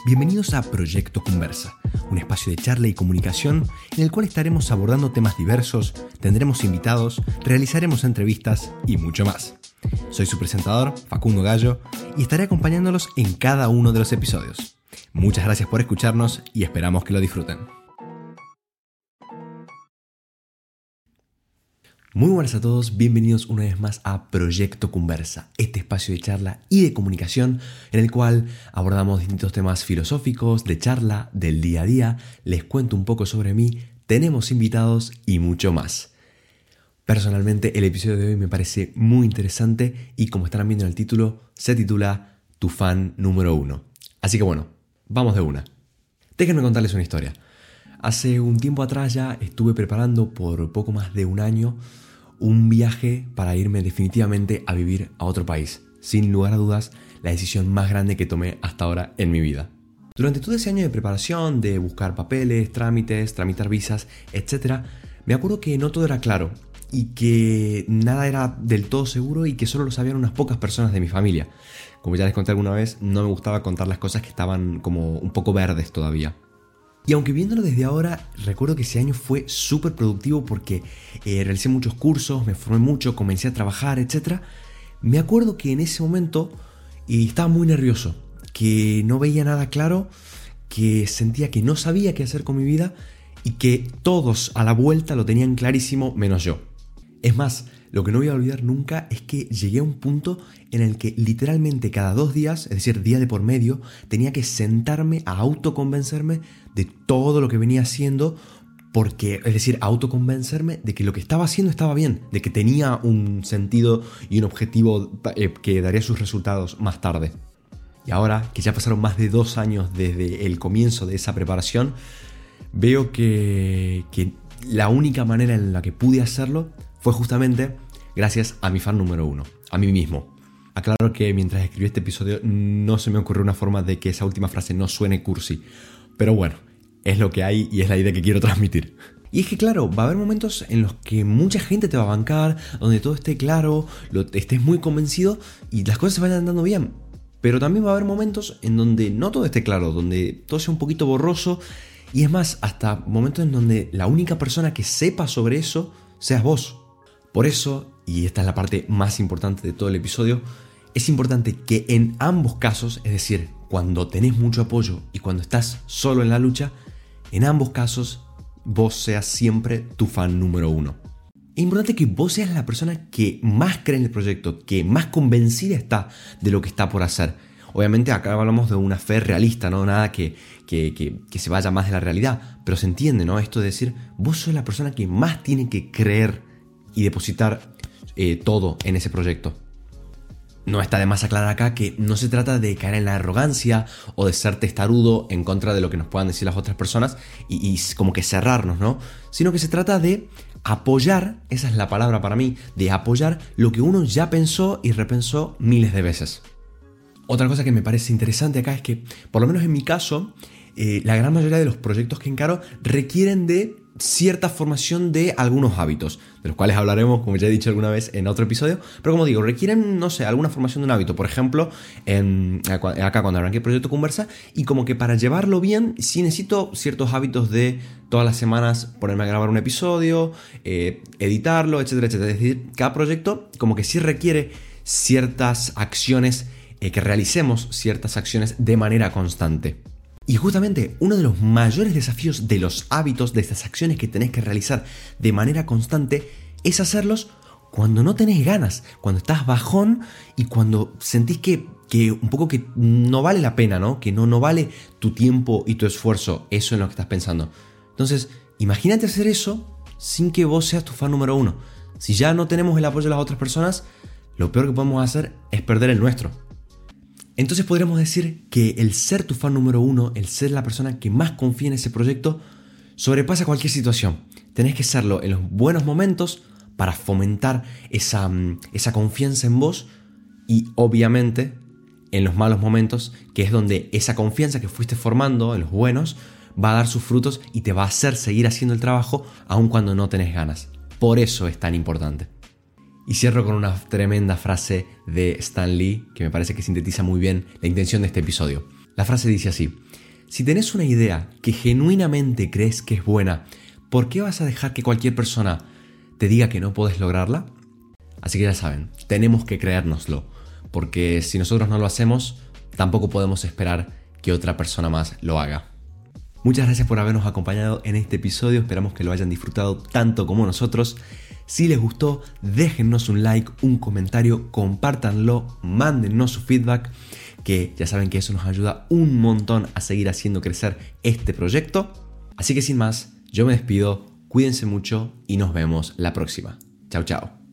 Bienvenidos a Proyecto Conversa, un espacio de charla y comunicación en el cual estaremos abordando temas diversos, tendremos invitados, realizaremos entrevistas y mucho más. Soy su presentador, Facundo Gallo, y estaré acompañándolos en cada uno de los episodios. Muchas gracias por escucharnos y esperamos que lo disfruten. Muy buenas a todos, bienvenidos una vez más a Proyecto Conversa, este espacio de charla y de comunicación en el cual abordamos distintos temas filosóficos, de charla, del día a día, les cuento un poco sobre mí, tenemos invitados y mucho más. Personalmente el episodio de hoy me parece muy interesante y como estarán viendo en el título, se titula Tu fan número 1. Así que bueno, vamos de una. Déjenme contarles una historia. Hace un tiempo atrás ya estuve preparando por poco más de un año un viaje para irme definitivamente a vivir a otro país. Sin lugar a dudas, la decisión más grande que tomé hasta ahora en mi vida. Durante todo ese año de preparación, de buscar papeles, trámites, tramitar visas, etc., me acuerdo que no todo era claro y que nada era del todo seguro y que solo lo sabían unas pocas personas de mi familia. Como ya les conté alguna vez, no me gustaba contar las cosas que estaban como un poco verdes todavía. Y aunque viéndolo desde ahora, recuerdo que ese año fue súper productivo porque realicé muchos cursos, me formé mucho, comencé a trabajar, etc. Me acuerdo que en ese momento estaba muy nervioso, que no veía nada claro, que sentía que no sabía qué hacer con mi vida y que todos a la vuelta lo tenían clarísimo menos yo. Es más, lo que no voy a olvidar nunca es que llegué a un punto en el que literalmente cada 2 días, es decir, día de por medio, tenía que sentarme a autoconvencerme de todo lo que venía haciendo, es decir, autoconvencerme de que lo que estaba haciendo estaba bien, de que tenía un sentido y un objetivo que daría sus resultados más tarde. Y ahora que ya pasaron más de 2 años desde el comienzo de esa preparación, veo que la única manera en la que pude hacerlo fue justamente gracias a mi fan número 1, a mí mismo. Aclaro que mientras escribí este episodio no se me ocurrió una forma de que esa última frase no suene cursi. Pero bueno, es lo que hay y es la idea que quiero transmitir. Y es que claro, va a haber momentos en los que mucha gente te va a bancar, donde todo esté claro, estés muy convencido y las cosas se vayan andando bien. Pero también va a haber momentos en donde no todo esté claro, donde todo sea un poquito borroso. Y es más, hasta momentos en donde la única persona que sepa sobre eso seas vos. Por eso, y esta es la parte más importante de todo el episodio, es importante que en ambos casos, es decir, cuando tenés mucho apoyo y cuando estás solo en la lucha, en ambos casos vos seas siempre tu fan número 1. Es importante que vos seas la persona que más cree en el proyecto, que más convencida está de lo que está por hacer. Obviamente acá hablamos de una fe realista, ¿no? Nada que se vaya más de la realidad, pero se entiende, ¿no? Esto de decir, vos sos la persona que más tiene que creer y depositar todo en ese proyecto. No está de más aclarar acá que no se trata de caer en la arrogancia o de ser testarudo en contra de lo que nos puedan decir las otras personas y como que cerrarnos, ¿no? Sino que se trata de apoyar, esa es la palabra para mí, de apoyar lo que uno ya pensó y repensó miles de veces. Otra cosa que me parece interesante acá es que, por lo menos en mi caso, la gran mayoría de los proyectos que encaro requieren de cierta formación de algunos hábitos, de los cuales hablaremos, como ya he dicho alguna vez, en otro episodio, pero como digo, requieren, no sé, alguna formación de un hábito. Por ejemplo, acá cuando arranqué el Proyecto Conversa, y como que para llevarlo bien, sí necesito ciertos hábitos de todas las semanas ponerme a grabar un episodio, editarlo, etcétera, etcétera. Es decir, cada proyecto como que sí requiere ciertas acciones, que realicemos ciertas acciones de manera constante. Y justamente uno de los mayores desafíos de los hábitos, de estas acciones que tenés que realizar de manera constante, es hacerlos cuando no tenés ganas, cuando estás bajón y cuando sentís que un poco que no vale la pena, ¿no? Que no vale tu tiempo y tu esfuerzo, eso en lo que estás pensando. Entonces, imagínate hacer eso sin que vos seas tu fan número 1. Si ya no tenemos el apoyo de las otras personas, lo peor que podemos hacer es perder el nuestro. Entonces podríamos decir que el ser tu fan número 1, el ser la persona que más confía en ese proyecto, sobrepasa cualquier situación. Tenés que serlo en los buenos momentos para fomentar esa confianza en vos y obviamente en los malos momentos, que es donde esa confianza que fuiste formando en los buenos va a dar sus frutos y te va a hacer seguir haciendo el trabajo aun cuando no tenés ganas. Por eso es tan importante. Y cierro con una tremenda frase de Stan Lee que me parece que sintetiza muy bien la intención de este episodio. La frase dice así: si tenés una idea que genuinamente crees que es buena, ¿por qué vas a dejar que cualquier persona te diga que no podés lograrla? Así que ya saben, tenemos que creérnoslo, porque si nosotros no lo hacemos, tampoco podemos esperar que otra persona más lo haga. Muchas gracias por habernos acompañado en este episodio, esperamos que lo hayan disfrutado tanto como nosotros. Si les gustó, déjennos un like, un comentario, compártanlo, mándennos su feedback, que ya saben que eso nos ayuda un montón a seguir haciendo crecer este proyecto. Así que sin más, yo me despido, cuídense mucho y nos vemos la próxima. Chao, chao.